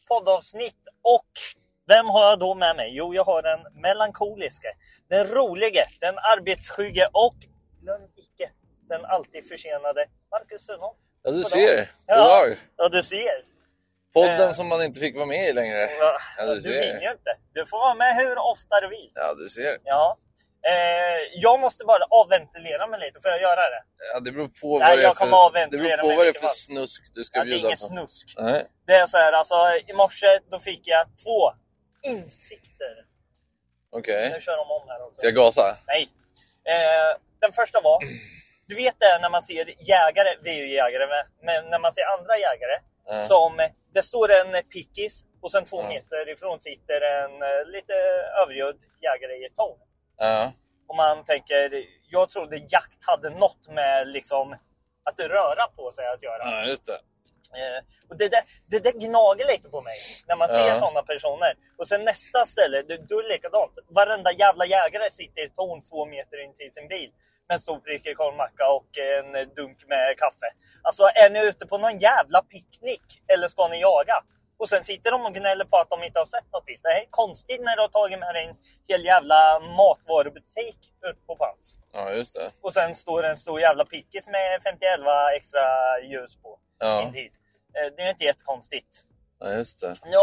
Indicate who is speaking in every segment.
Speaker 1: poddavsnitt. Och vem har jag då med mig? Jo, jag har den melankoliske, den rolige, den arbetsskygge och glöm icke den alltid försenade Marcus Sundholm.
Speaker 2: Ja, du ser.
Speaker 1: Ja, du ser.
Speaker 2: Podden som man inte fick vara med i längre.
Speaker 1: Ja, du vill ju inte. Du får vara med hur ofta du vill.
Speaker 2: Ja, du ser.
Speaker 1: Ja. Jag måste bara avventilera mig lite. Får jag göra det?
Speaker 2: Ja, det beror på vad det är för snusk du ska bjuda på.
Speaker 1: Det är ingen snusk.
Speaker 2: Nej.
Speaker 1: Det är så här, alltså i morse då fick jag 2 insikter.
Speaker 2: Okej.
Speaker 1: Nu kör de om här också.
Speaker 2: Ska jag gasa?
Speaker 1: Nej. Den första var, du vet det när man ser jägare, vi är ju jägare med, men när man ser andra jägare som, det står en pickis och sen 2 meter ifrån sitter en lite övergödd jägare i ett torn. Och man tänker, jag trodde jakt hade något med liksom att röra på sig att göra.
Speaker 2: Ja, just det.
Speaker 1: Och det där gnager lite på mig när man ser sådana personer. Och sen nästa ställe, då är det likadant. Varenda jävla jägare sitter i ett torn 2 meter in till sin bil med en stor prickig korvmacka och en dunk med kaffe. Alltså, är ni ute på någon jävla picknick eller ska ni jaga? Och sen sitter de och gnäller på att de inte har sett något. Det är konstigt när du har tagit med dig en hel jävla matvarubutik ut på plats.
Speaker 2: Ja, just det.
Speaker 1: Och sen står en stor jävla pickis med 5011 extra ljus på. Indeed. Det är inte jättekonstigt.
Speaker 2: Ja, just det.
Speaker 1: Nu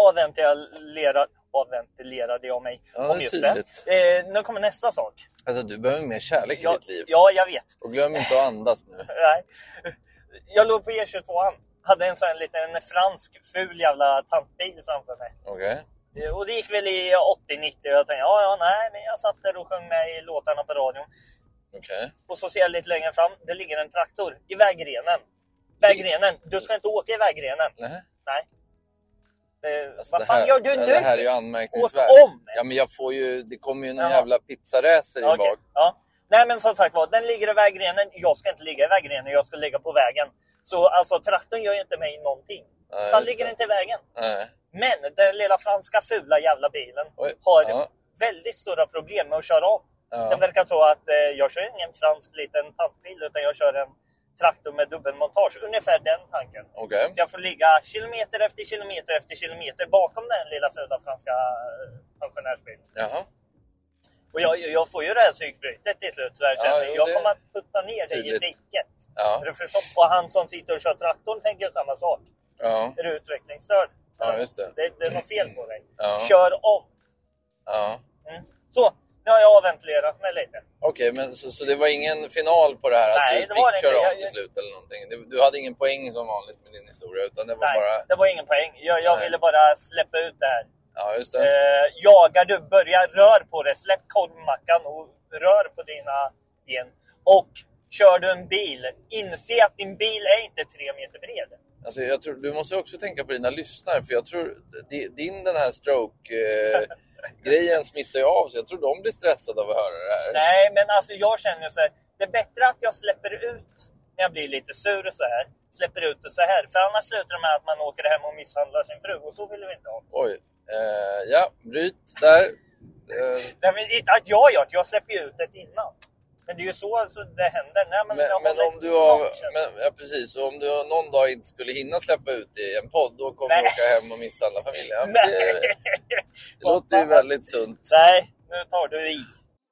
Speaker 1: avventilerade jag mig om just det. Nu kommer nästa sak.
Speaker 2: Alltså, du behöver mer kärlek i ditt liv.
Speaker 1: Ja, jag vet.
Speaker 2: Och glöm inte att andas nu.
Speaker 1: Nej. Jag låg på E22. Hade en sån liten fransk ful jävla tantbil framför mig.
Speaker 2: Okej.
Speaker 1: Och det gick väl i 80-90 och jag tänkte, nej, men jag satt där och sjöng med i låtarna på radion.
Speaker 2: Okej.
Speaker 1: Och så ser jag lite längre fram, det ligger en traktor i vägrenen. Vägrenen, du ska inte åka i vägrenen.
Speaker 2: Nej.
Speaker 1: Alltså, vad fan gör du nu?
Speaker 2: Det här är ju anmärkningsvärt. Ja, men jag får ju, det kommer ju någon jävla pizzaräser i bak.
Speaker 1: Ja. Nej, men som sagt var, den ligger i vägrenen. Jag ska inte ligga i vägrenen, jag ska ligga på vägen. Så alltså, traktorn gör ju inte mig någonting. Han ligger inte i vägen. Men den lilla franska fula jävla bilen har väldigt stora problem med att köra om. Den verkar tro att jag kör ingen fransk liten tantbil, utan jag kör en traktor med dubbelmontage. Ungefär den tanken.
Speaker 2: Okay.
Speaker 1: Så jag får ligga kilometer efter kilometer efter kilometer bakom den lilla fula franska pensionärsbilen.
Speaker 2: Jaha.
Speaker 1: Och jag får ju det här psykbrytet till slut. Så jag kommer att putta ner dig i diket.
Speaker 2: Ja.
Speaker 1: Och han som sitter och kör traktorn tänker samma sak.
Speaker 2: Ja.
Speaker 1: Är du utvecklingsstörd?
Speaker 2: Ja, just det.
Speaker 1: Det är något fel på dig.
Speaker 2: Ja.
Speaker 1: Kör om.
Speaker 2: Ja.
Speaker 1: Så, nu har jag avventilerat mig lite.
Speaker 2: Okej, men så det var ingen final på det här?
Speaker 1: Nej,
Speaker 2: att du fick köra om till slut eller någonting? Du hade ingen poäng som vanligt med din historia, utan det var bara...
Speaker 1: det var ingen poäng. Jag ville bara släppa ut det här.
Speaker 2: Ja, just det.
Speaker 1: Jagar du, rör på det. Släpp korvmackan och rör på dina ben. Och kör du en bil, inse att din bil är inte 3 meter bred.
Speaker 2: Alltså, jag tror, du måste också tänka på dina lyssnare, för jag tror den här stroke-grejen smittar ju av sig. Jag tror de blir stressade av att höra det här.
Speaker 1: Nej, men alltså jag känner så här, det är bättre att jag släpper ut när jag blir lite sur och så här. Släpper ut det så här, för annars slutar det med att man åker hem och misshandlar sin fru, och så vill vi inte ha.
Speaker 2: Oj, ja, bryt där.
Speaker 1: Nej, men inte att jag gör det, jag släpper ju ut det innan. Men det är ju så det händer. Nej,
Speaker 2: men om du har... ja, precis. Och om du någon dag inte skulle hinna släppa ut i en podd, då kommer du åka hem och misshandla familjen. Ja, det låter ju väldigt sunt.
Speaker 1: Nej, nu tar du i.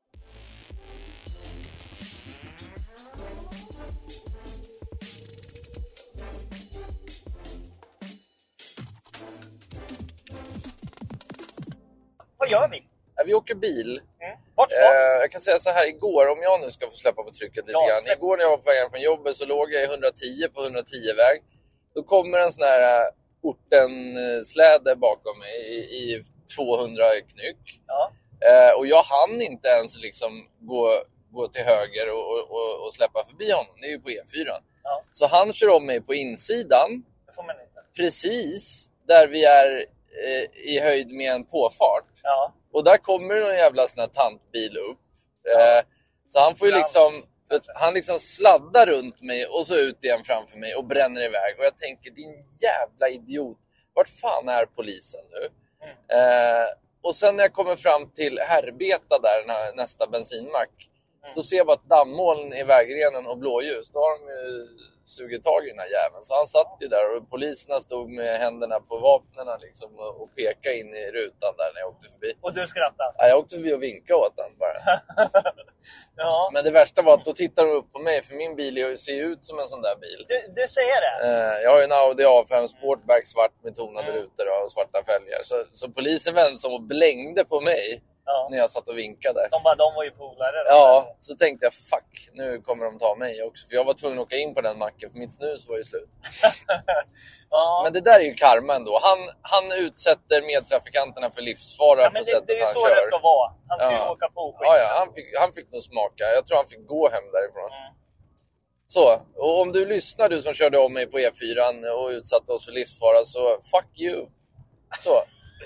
Speaker 1: Vad gör vi?
Speaker 2: Vi åker bil.
Speaker 1: Jag
Speaker 2: kan säga så här, igår, om jag nu ska få släppa på trycket lite grann. Igår när jag var på vägen från jobbet så låg jag i 110 på 110-väg. Då kommer en sån här ortensläde bakom mig i 200 knyck.
Speaker 1: Ja.
Speaker 2: Och jag hann inte ens liksom gå till höger och släppa förbi honom. Det är ju på E4.
Speaker 1: Ja.
Speaker 2: Så han kör om mig på insidan.
Speaker 1: Det får man inte.
Speaker 2: Precis där vi är i höjd med en påfart.
Speaker 1: Ja.
Speaker 2: Och där kommer någon jävla sån här tantbil upp. Så han får ju han liksom sladdar runt mig och så ut igen framför mig och bränner iväg. Och jag tänker, din jävla idiot, vart fan är polisen nu? Och sen när jag kommer fram till Härbeta där, nästa bensinmack, Då ser jag bara ett dammoln i vägrenen och blåljus. Då har de ju sugit tag i den här jäveln. Så han satt ju där och poliserna stod med händerna på vapnena liksom och pekade in i rutan där när jag åkte förbi.
Speaker 1: Och du skrattade?
Speaker 2: Ja, jag åkte förbi och vinkade åt den bara.
Speaker 1: Ja.
Speaker 2: Men det värsta var att då tittar de upp på mig, för min bil ser ju ut som en sån där bil.
Speaker 1: Du säger det?
Speaker 2: Jag har ju en Audi A5 Sportback svart med tonade rutor och svarta fälgar. Så polisen vände sig och blängde på mig när jag satt och vinkade.
Speaker 1: De var ju polare.
Speaker 2: Ja, så tänkte jag fuck, nu kommer de ta mig också. För jag var tvungen att åka in på den macken för mitt snus var ju slut. Men det där är ju karma ändå. Han utsätter medtrafikanterna för livsfara på sättet han kör.
Speaker 1: Det är ju så det ska vara. Han ska ju åka på skiten.
Speaker 2: Ja, han fick nog smaka. Jag tror han fick gå hem därifrån. Så, och om du lyssnar, du som körde om mig på E4 och utsatte oss för livsfara, så fuck you. Så.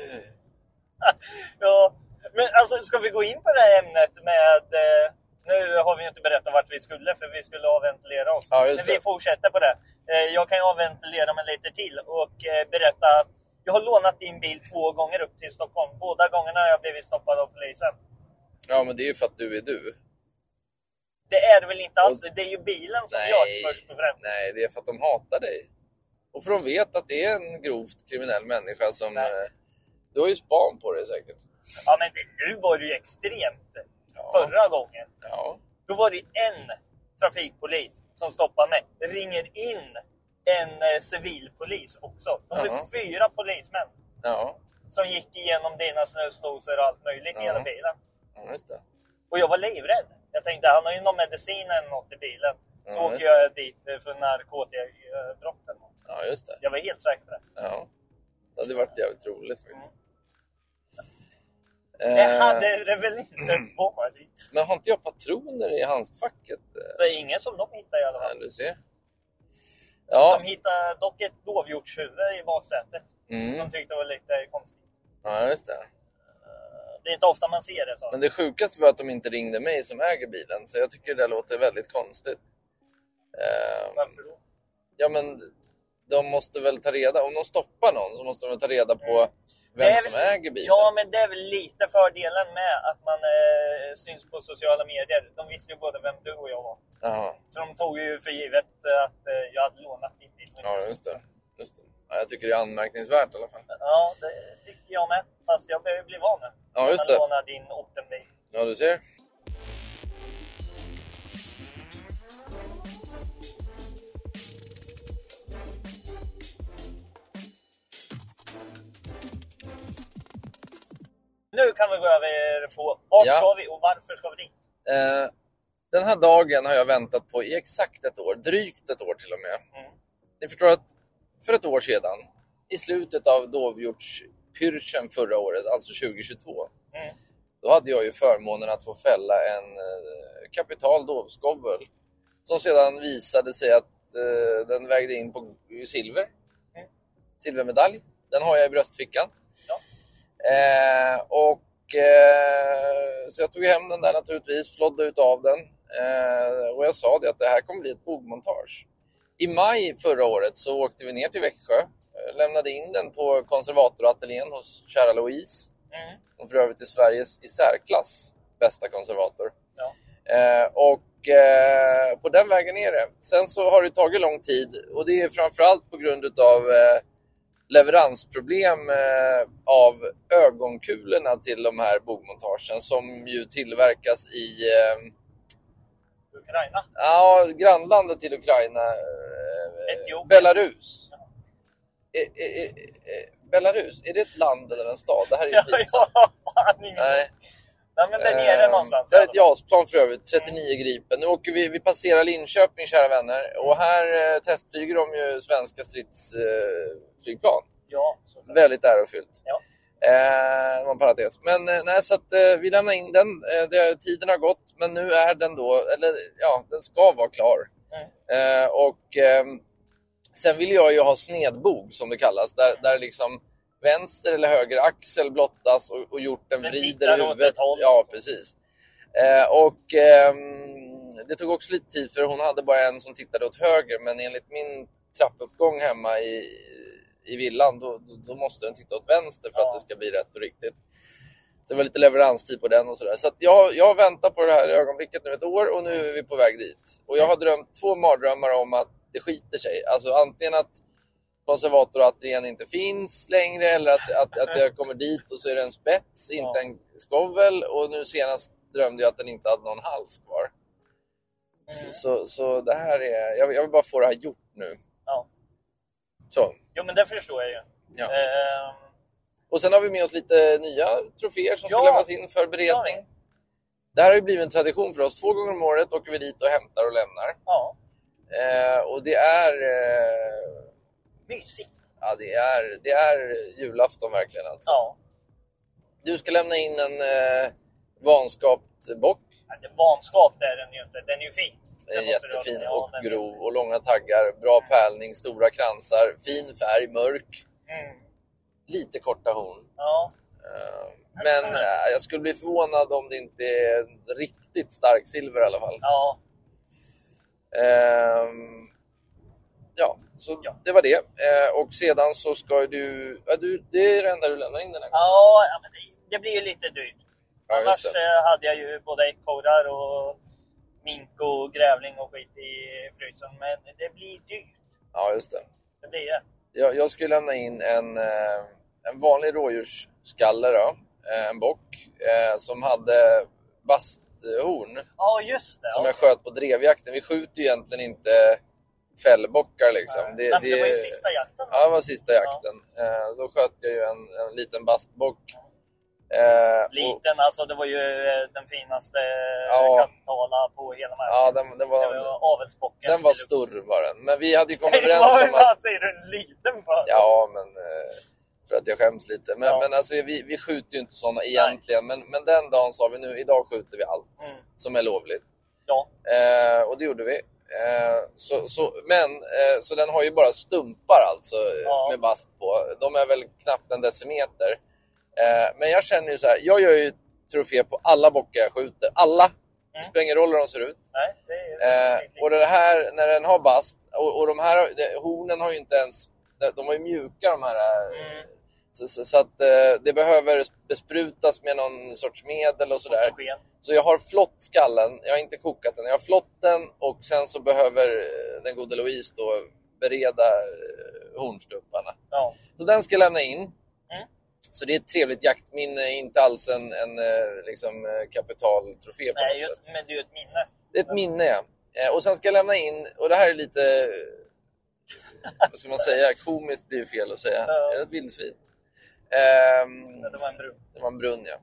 Speaker 1: Ja, men alltså ska vi gå in på det här ämnet med... Nu har vi ju inte berättat vart vi skulle, för vi skulle avventilera oss.
Speaker 2: Ja, just det.
Speaker 1: Men vi fortsätter på det. Jag kan ju avventilera mig lite till och berätta att jag har lånat din bil 2 gånger upp till Stockholm. Båda gångerna har jag blivit stoppad av polisen.
Speaker 2: Ja, men det är ju för att du är du.
Speaker 1: Det är det väl inte alls. Det är ju bilen som gör det först och främst.
Speaker 2: Nej, det är för att de hatar dig. Och för de vet att det är en grovt kriminell människa som... Du har ju span på det säkert.
Speaker 1: Ja, men nu var det ju extremt. Förra gången.
Speaker 2: Ja.
Speaker 1: Då var det en trafikpolis som stoppade mig. Ringer in en civilpolis också. De är 4 polismän.
Speaker 2: Ja.
Speaker 1: Som gick igenom dina snöstosor och allt möjligt i hela bilen.
Speaker 2: Ja, just det.
Speaker 1: Och jag var livrädd. Jag tänkte, han har ju någon medicin eller något i bilen. Så åker jag dit för narkotikabrotten.
Speaker 2: Ja, just det.
Speaker 1: Jag var helt säker på det.
Speaker 2: Ja. Det hade varit jävligt roligt faktiskt.
Speaker 1: Det hade det väl inte varit.
Speaker 2: Men har inte jag patroner i handskfacket?
Speaker 1: Det är ingen som de hittar i alla fall.
Speaker 2: Ja, du ser. Ja.
Speaker 1: De hittade dock ett dovhjortshuvud i baksätet. De tyckte det var lite konstigt.
Speaker 2: Ja, just det.
Speaker 1: Det är inte ofta man ser det så.
Speaker 2: Men det sjukaste var att de inte ringde mig som äger bilen. Så jag tycker det låter väldigt konstigt.
Speaker 1: Varför då?
Speaker 2: Ja, men de måste väl ta reda... Om de stoppar någon så måste de ta reda på vem som äger bilen.
Speaker 1: Ja, men det är väl lite fördelen med att man syns på sociala medier. De visste ju både vem du och jag var.
Speaker 2: Aha.
Speaker 1: Så de tog ju för givet att jag hade lånat din bil.
Speaker 2: Ja, just det. Ja, jag tycker det är anmärkningsvärt i alla fall.
Speaker 1: Ja, det tycker jag med. Fast jag behöver bli van med.
Speaker 2: Ja, just det.
Speaker 1: Man lånar din ortenbil.
Speaker 2: Ja, du ser.
Speaker 1: Nu kan vi gå över på vart ska vi och varför ska vi dit?
Speaker 2: Den här dagen har jag väntat på i exakt ett år. Drygt ett år till och med. Ni förstår att för ett år sedan, i slutet av dovhjortspyrschen förra året, alltså 2022, då hade jag ju förmånen att få fälla en kapital dovskovel som sedan visade sig att den vägde in på silver. Silvermedalj. Den har jag i bröstfickan.
Speaker 1: Ja.
Speaker 2: Så jag tog hem den där naturligtvis, flodde ut av den. Och jag sa det att det här kommer bli ett bogmontage. I maj förra året så åkte vi ner till Växjö. Lämnade in den på konservatorateljén hos kära Louise. Som för övrigt är Sveriges i särklass bästa konservator.
Speaker 1: Ja.
Speaker 2: På den vägen är det. Sen så har det tagit lång tid. Och det är framförallt på grund av leveransproblem av ögonkulorna till de här bogmontagen. Som ju tillverkas i...
Speaker 1: Ukraina?
Speaker 2: Ja, grannlandet till Ukraina. Belarus. Belarus, är det ett land eller en stad? Det här är ju pinsamt. Nej.
Speaker 1: Nej, men den är det någonstans.
Speaker 2: Det är ett JAS-plan för övrigt, 39 Gripen. Nu åker vi passerar Linköping, kära vänner. Och här testflyger de ju svenska stridsflygplan.
Speaker 1: Ja,
Speaker 2: väldigt ärofyllt.
Speaker 1: Ja.
Speaker 2: Parentes. Men nej, så att vi lämnar in den. Tiden har gått, men nu är den då, eller ja, den ska vara klar. Sen vill jag ju ha snedbog som det kallas, där liksom vänster eller höger axel blottas och gjort en vrider huvudet. Ja, precis. Det tog också lite tid för hon hade bara en som tittade åt höger, men enligt min trappuppgång hemma i villan då måste den titta åt vänster för att det ska bli rätt och riktigt. Så det var lite leveranstid på den och sådär. Så att jag väntar på det här ögonblicket nu ett år och nu är vi på väg dit. Och jag har drömt 2 mardrömmar om att det skiter sig. Alltså antingen att konservator och ateljén inte finns längre eller att jag kommer dit och så är det en spets, inte en skovel. Och nu senast drömde jag att den inte hade någon hals kvar. Så det här är... Jag vill bara få det här gjort nu.
Speaker 1: Ja.
Speaker 2: Så.
Speaker 1: Jo, men det förstår jag ju.
Speaker 2: Ja. Och sen har vi med oss lite nya troféer som ska lämnas in för beredning. Ja. Det här har ju blivit en tradition för oss. 2 gånger om året åker vi dit och hämtar och lämnar.
Speaker 1: Ja.
Speaker 2: Och det är...
Speaker 1: mysigt.
Speaker 2: Ja, det är julafton verkligen alltså.
Speaker 1: Ja.
Speaker 2: Du ska lämna in en vanskapt bock.
Speaker 1: Ja, vanskapt är den ju inte. Den är ju fin.
Speaker 2: Den är jättefin och grov och långa taggar. Bra pärlning, stora kransar. Fin färg, mörk. Lite korta horn.
Speaker 1: Ja.
Speaker 2: Men jag skulle bli förvånad om det inte är riktigt stark silver i alla fall.
Speaker 1: Ja.
Speaker 2: Så det var det. Och sedan så ska du... det är det enda du lämnar in den här gången.
Speaker 1: Ja, men det blir ju lite dyrt.
Speaker 2: Ja,
Speaker 1: annars hade jag ju både ekorrar och mink och grävling och skit i frysen. Men det blir dyrt.
Speaker 2: Ja, just det.
Speaker 1: Det blir det.
Speaker 2: Jag skulle lämna in en vanlig rådjursskalle då. En bock som hade basthorn.
Speaker 1: Ja, just det.
Speaker 2: Som jag sköt på drevjakten. Vi skjuter ju egentligen inte fällbockar liksom.
Speaker 1: Det var ju sista jakten.
Speaker 2: Ja, det var sista jakten. Då sköt jag ju en liten bastbock.
Speaker 1: Liten, alltså det var ju den finaste kattala på hela marken.
Speaker 2: Ja, den var
Speaker 1: avelsbocken.
Speaker 2: Den var stor var den. Men vi hade ju kommit överens om
Speaker 1: att... säger du en liten för?
Speaker 2: Ja, men för att jag skäms lite. Men alltså vi skjuter ju inte sådana egentligen. Men den dagen sa vi nu, idag skjuter vi allt som är lovligt.
Speaker 1: Ja.
Speaker 2: Och det gjorde vi. Så den har ju bara stumpar alltså med bast på. De är väl knappt en decimeter. Men jag känner ju så här, jag gör ju trofé på alla bockar jag skjuter. Alla. Det spelar ingen roll hur de ser ut.
Speaker 1: Nej, det är
Speaker 2: och det här, när den har bast, och de här, hornen har ju inte ens, de var ju mjuka de här. Så att det behöver besprutas med någon sorts medel och sådär. Så jag har flott skallen, jag har inte kokat den. Jag har flott den och sen så behöver den gode Louise då bereda hornstupparna. Ja. Så den ska jag lämna in. Så det är ett trevligt jaktminne, inte alls en liksom kapitaltrofé på något sätt.
Speaker 1: Men det är ju ett minne.
Speaker 2: Det är ett minne, ja. Och sen ska jag lämna in, och det här är lite, vad ska man säga, komiskt blir fel att säga. Är det ett vildsvin?
Speaker 1: Det var en brunn.
Speaker 2: Det var en brunn, ja.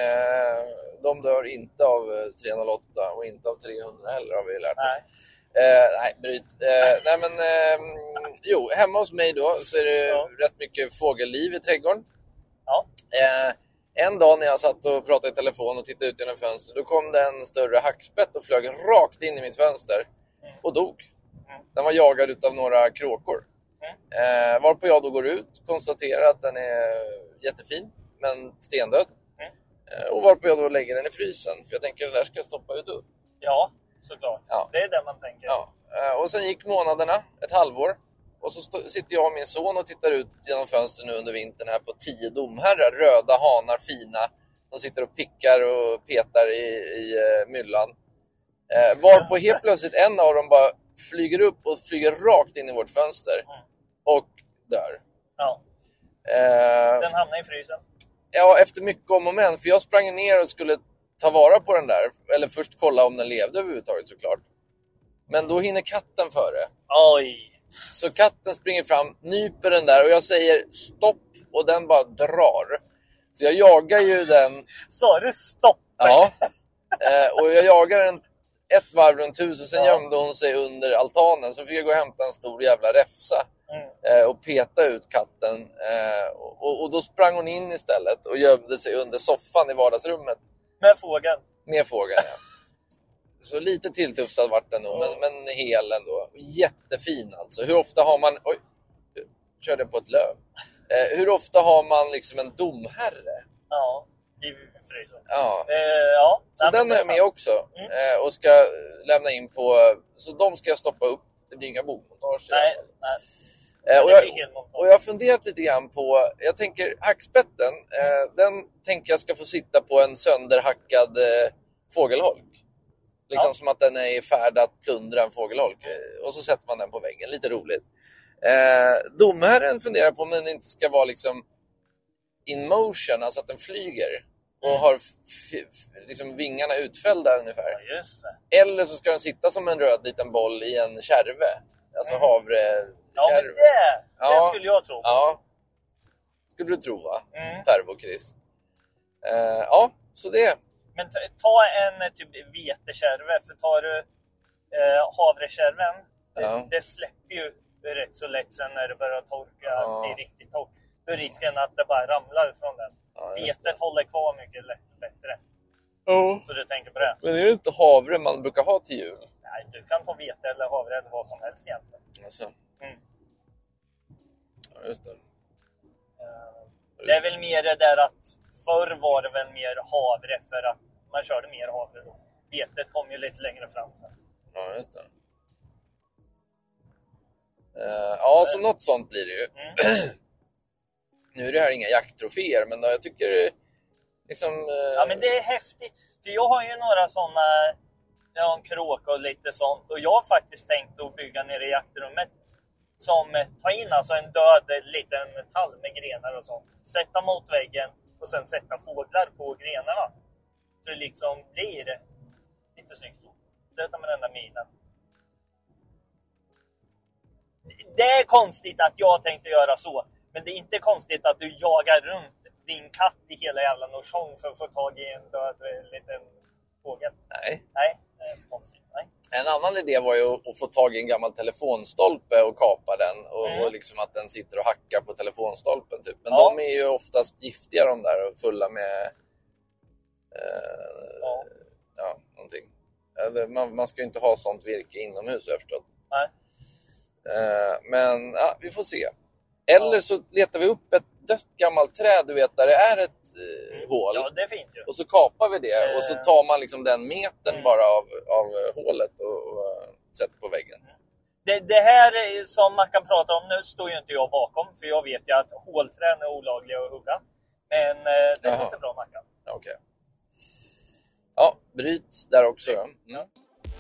Speaker 2: De dör inte av 308 och inte av 300 heller, har vi lärt oss. Nej, bryt. Nej, men jo, hemma hos mig då så är det rätt mycket fågelliv i trädgården.
Speaker 1: Ja.
Speaker 2: En dag när jag satt och pratade i telefon och tittade ut genom fönstret, då kom det en större hackspett och flög rakt in i mitt fönster och dog. Den var jagad utav några kråkor. Varpå jag då går ut, konstaterar att den är jättefin men stendöd. Och varpå jag då lägger den i frysen, för jag tänker att det där ska jag stoppa ut upp.
Speaker 1: Ja, såklart. Ja. Det är det man tänker.
Speaker 2: Ja. Och sen gick månaderna, ett halvår. Och så sitter jag och min son och tittar ut genom fönstret nu under vintern här på 10 domherrar. Röda hanar, fina. De sitter och pickar och petar i myllan. Varpå helt plötsligt en av dem bara flyger upp och flyger rakt in i vårt fönster. Och dör.
Speaker 1: Ja. Den hamnar i frysen.
Speaker 2: Ja, efter mycket om och men. För jag sprang ner och skulle ta vara på den där. Eller först kolla om den levde överhuvudtaget såklart. Men då hinner katten före.
Speaker 1: Oj.
Speaker 2: Så katten springer fram, nyper den där och jag säger stopp och den bara drar. Så jag jagar ju den.
Speaker 1: Sa du stopp?
Speaker 2: Ja. Och jag jagar den ett varv runt huset. Sen gömde hon sig under altanen. Så fick jag gå och hämta en stor jävla räfsa. Och peta ut katten. Och då sprang hon in istället och gömde sig under soffan i vardagsrummet.
Speaker 1: Med fågeln?
Speaker 2: Med fågeln, ja. Så lite tilltufsad vart den nog, men hel ändå. Jättefin alltså. Hur ofta har man... Oj, körde på ett löv. Hur ofta har man liksom en domherre?
Speaker 1: Ja, i frysen.
Speaker 2: Ja.
Speaker 1: Ja.
Speaker 2: Så den är med också. Och ska lämna in på... Så de ska jag stoppa upp. Det blir inga bokmontage i alla fall. Och jag har funderat lite grann på, jag tänker hackspetten, den tänker jag ska få sitta på en sönderhackad fågelholk. Liksom som att den är i färd att plundra en fågelholk. Och så sätter man den på väggen, lite roligt. Domherren funderar på om den inte ska vara liksom in motion, alltså att den flyger. Och har liksom vingarna utfällda ungefär.
Speaker 1: Ja, just det.
Speaker 2: Eller så ska den sitta som en röd liten boll i en kärve. Alltså havre.
Speaker 1: Ja, men det skulle jag tro.
Speaker 2: Ja, skulle du tro, va? Pervo Chris. Ja, så det.
Speaker 1: Men ta en typ vetekärve. För tar du havrekärven, det släpper ju rätt så lätt sen när det börjar torka. Det är riktigt torrt. Då är risken att det bara ramlar från den. Vetet håller kvar mycket bättre. Så du tänker på det.
Speaker 2: Men är det inte havre man brukar ha till jul?
Speaker 1: Nej, du kan ta vete eller havre eller vad som helst egentligen.
Speaker 2: Alltså. Ja, just det.
Speaker 1: Det är väl mer det där att förr var det väl mer havre för att man körde mer havre då. Vetet kom ju lite längre fram sen.
Speaker 2: Ja, just det. Ja, så något sånt blir det ju. Nu är det här inga jakttroféer, men då jag tycker liksom...
Speaker 1: Ja, men det är häftigt. För jag har ju några sådana, en kråka och lite sånt. Och jag har faktiskt tänkt att bygga nere i jaktrummet. Som tar in alltså en död liten tall med grenar och sånt. Sätta mot väggen och sen sätta fåglar på grenarna. Så det liksom blir lite snyggt så. Sluta med den där minen. Det är konstigt att jag tänkte göra så. Men det är inte konstigt att du jagar runt din katt i hela jävla Norsjong för att få tag i en död liten fågel.
Speaker 2: Nej,
Speaker 1: det är inte konstigt. Nej.
Speaker 2: En annan idé var ju att få tag i en gammal telefonstolpe och kapa den. Och liksom att den sitter och hackar på telefonstolpen typ. Men de är ju oftast giftiga de där och fulla med någonting. Man ska ju inte ha sånt virke inomhus, jag har förstått.
Speaker 1: Nej.
Speaker 2: Men vi får se. Eller så letar vi upp ett dött gammalt träd, du vet, där det är ett hål.
Speaker 1: Ja, det finns ju.
Speaker 2: Och så kapar vi det och så tar man liksom den metern bara av hålet och sätter på väggen.
Speaker 1: Det här som man kan prata om nu står ju inte jag bakom, för jag vet ju att hålträn är olagliga att hugga. Men det är inte bra, Mackan.
Speaker 2: Okej. Ja, bryt där också då.
Speaker 1: Ja.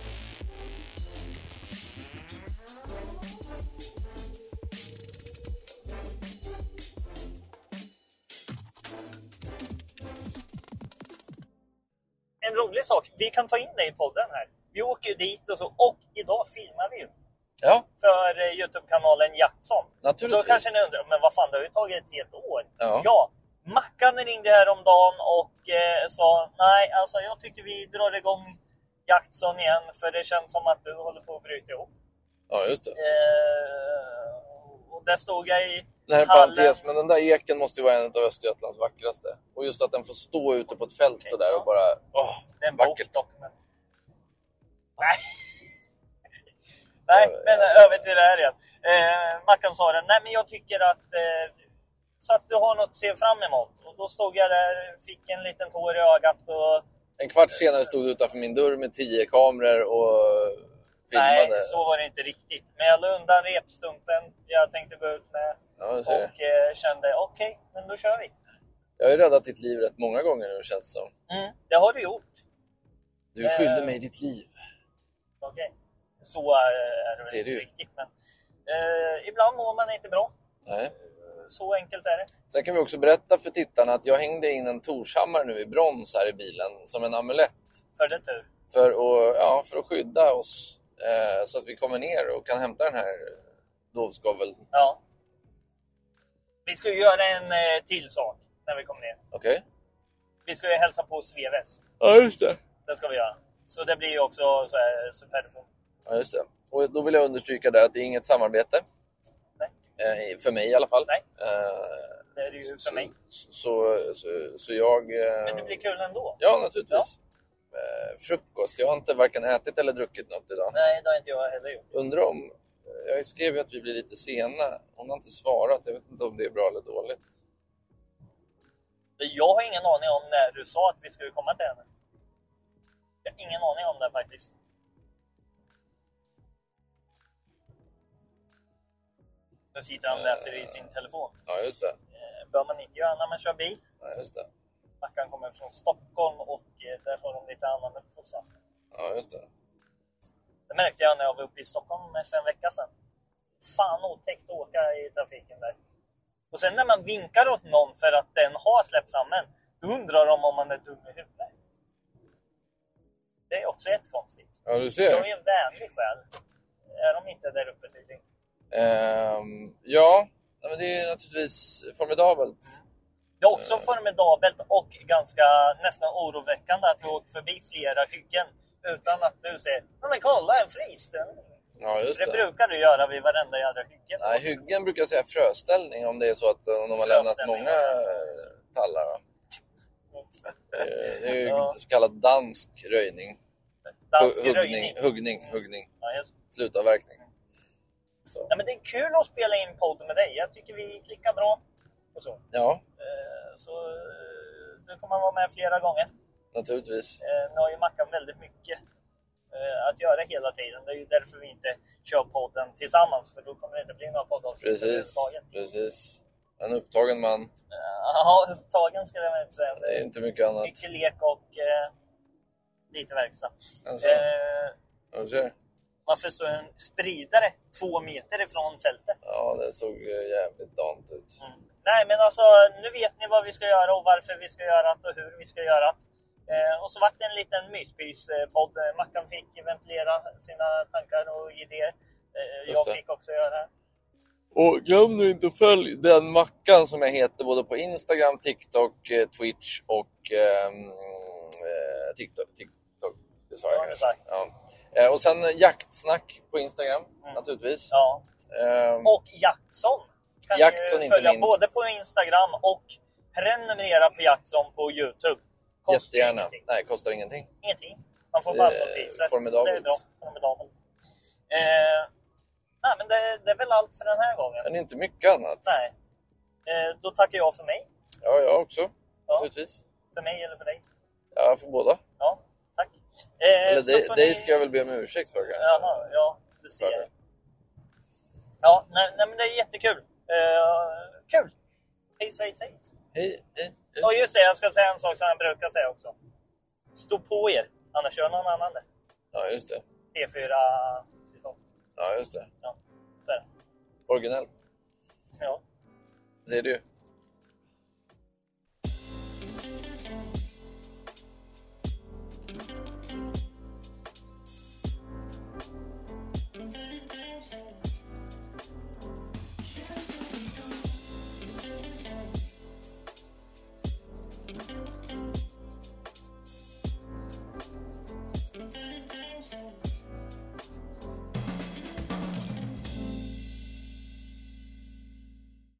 Speaker 1: En rolig sak, vi kan ta in dig i podden här. Vi åker dit och så, och idag filmar vi ju.
Speaker 2: Ja.
Speaker 1: För YouTube-kanalen Jackson.
Speaker 2: Naturligtvis.
Speaker 1: Då kanske ni undrar, men vad fan, det har ju tagit ett helt år.
Speaker 2: Ja.
Speaker 1: Mackan ringde här om dagen och sa, nej, alltså jag tycker vi drar igång Jackson igen, för det känns som att du håller på att bryta ihop.
Speaker 2: Ja, just det.
Speaker 1: Och där stod jag i
Speaker 2: det här är parentes, men den där eken måste ju vara en av Östergötlands vackraste. Och just att den får stå ute på ett fält sådär och bara,
Speaker 1: det är en
Speaker 2: vackert.
Speaker 1: Men... Nej, men över till det här igen. Mackan sa det, nej men jag tycker att så att du har något att se fram emot. Och då stod jag där, fick en liten tår i ögat och...
Speaker 2: En kvart senare stod du utanför min dörr med 10 kameror och filmade.
Speaker 1: Nej, så var det inte riktigt. Men jag la undan repstumpen jag tänkte gå ut med.
Speaker 2: Ja,
Speaker 1: och kände, okej, men då kör vi.
Speaker 2: Jag har ju räddat ditt liv rätt många gånger nu, känns det som.
Speaker 1: Det har du gjort.
Speaker 2: Du skyllde mig ditt liv.
Speaker 1: Okej. Så är det inte riktigt. Men ibland mår man inte bra.
Speaker 2: Nej.
Speaker 1: Så enkelt är det.
Speaker 2: Sen kan vi också berätta för tittarna att jag hängde in en Torshammar nu i brons här i bilen som en amulett.
Speaker 1: För det tur.
Speaker 2: För att skydda oss så att vi kommer ner och kan hämta den här dovskoveln.
Speaker 1: Ja. Vi ska ju göra en till sak när vi kommer ner.
Speaker 2: Okej.
Speaker 1: Vi ska ju hälsa på Sveväst.
Speaker 2: Ja, just det.
Speaker 1: Det ska vi göra. Så det blir ju också så här superbom.
Speaker 2: Ja, just det. Och då vill jag understryka där att det är inget samarbete. Nej. För mig i alla fall.
Speaker 1: Nej. Det är det ju för mig.
Speaker 2: Så jag...
Speaker 1: Men det blir kul ändå.
Speaker 2: Ja, naturligtvis. Ja. Frukost. Jag har inte varken ätit eller druckit något idag.
Speaker 1: Nej, det har inte jag heller gjort.
Speaker 2: Undrar om... Jag skrev ju att vi blir lite sena. Hon har inte svarat. Jag vet inte om det är bra eller dåligt.
Speaker 1: Jag har ingen aning om när du sa att vi skulle komma till henne. Jag har ingen aning om det faktiskt. Då sitter han och läser i sin telefon.
Speaker 2: Ja, just det.
Speaker 1: Bör man inte göra när man kör bil.
Speaker 2: Ja, just det.
Speaker 1: Mackan kommer från Stockholm och där har de lite annan uppfostran.
Speaker 2: Ja, just det.
Speaker 1: Det märkte jag när jag var uppe i Stockholm för en vecka sedan. Fan otäckt att åka i trafiken där. Och sen när man vinkar åt någon för att den har släppt fram en, då undrar de om man är dum i huvudet. Det är också jättekonstigt.
Speaker 2: Ja, du ser.
Speaker 1: De är ju en vänlig själ. Är de inte där uppe tydligen?
Speaker 2: Ja, men det är naturligtvis formidabelt.
Speaker 1: Det är också formidabelt och ganska nästan oroväckande att vi åker förbi flera hyggen utan att du säger, men kolla en friställning.
Speaker 2: Ja, just
Speaker 1: Det
Speaker 2: det.
Speaker 1: brukar du göra vid varenda jävla hyggen.
Speaker 2: Nej, hyggen brukar säga fröställning om det är så att om de har lämnat många tallar. Då. Det är ju så kallad dansk röjning.
Speaker 1: Dansk röjning.
Speaker 2: Huggning.
Speaker 1: Ja, just.
Speaker 2: Slutavverkning. Så.
Speaker 1: Ja, men det är kul att spela in podd med dig. Jag tycker vi klickar bra och så.
Speaker 2: Ja,
Speaker 1: Så du kommer vara med flera gånger.
Speaker 2: naturligtvis.
Speaker 1: Nu har ju Mackan väldigt mycket att göra hela tiden. Det är ju därför vi inte kör podden tillsammans. För då kommer det inte bli några poddavsnitt
Speaker 2: Precis. En upptagen man.
Speaker 1: Ja, upptagen skulle jag inte säga.
Speaker 2: Det är inte mycket annat.
Speaker 1: Mycket lek och lite verksamhet.
Speaker 2: Alltså, du ser.
Speaker 1: Man förstår en spridare 2 meter ifrån fältet.
Speaker 2: Ja, det såg jävligt dant ut.
Speaker 1: Nej, men alltså nu vet ni vad vi ska göra och varför vi ska göra det och hur vi ska göra det. Och så vart det en liten myspys-podd. Mackan fick ventilera sina tankar och idéer. Jag fick också göra det.
Speaker 2: Och glöm nu inte att följa den Mackan som jag heter både på Instagram, TikTok, Twitch och TikTok. Det sa jag
Speaker 1: sagt.
Speaker 2: Ja. Och sen jaktsnack på Instagram, naturligtvis.
Speaker 1: Ja. Och Jackson.
Speaker 2: Jackson inte
Speaker 1: följa
Speaker 2: minst.
Speaker 1: både på Instagram och prenumerera på Jackson på YouTube. Kostar
Speaker 2: Jättegärna.
Speaker 1: ingenting.
Speaker 2: Nej, kostar ingenting.
Speaker 1: Ingenting. Man får bara notiser.
Speaker 2: Formidabelt.
Speaker 1: Det är bra. Formidabelt. Nej, men det är väl allt för den här gången.
Speaker 2: Men inte mycket annat.
Speaker 1: Nej. Då tackar jag för mig.
Speaker 2: Ja, jag också. Naturligtvis.
Speaker 1: För mig eller för dig?
Speaker 2: Ja, för båda.
Speaker 1: Ja, tack.
Speaker 2: Eller dig ska jag väl be om ursäkt för kanske.
Speaker 1: Jaha, ja, du ser. Ja, nej, men det är jättekul. Kul. Hej. Och just det, jag ska säga en sak som jag brukar säga också. Stå på er, annars gör någon annan det.
Speaker 2: Ja, just det.
Speaker 1: P4-citat.
Speaker 2: Ja, just det.
Speaker 1: Ja, så är det.
Speaker 2: Originellt.
Speaker 1: Ja.
Speaker 2: Ser du?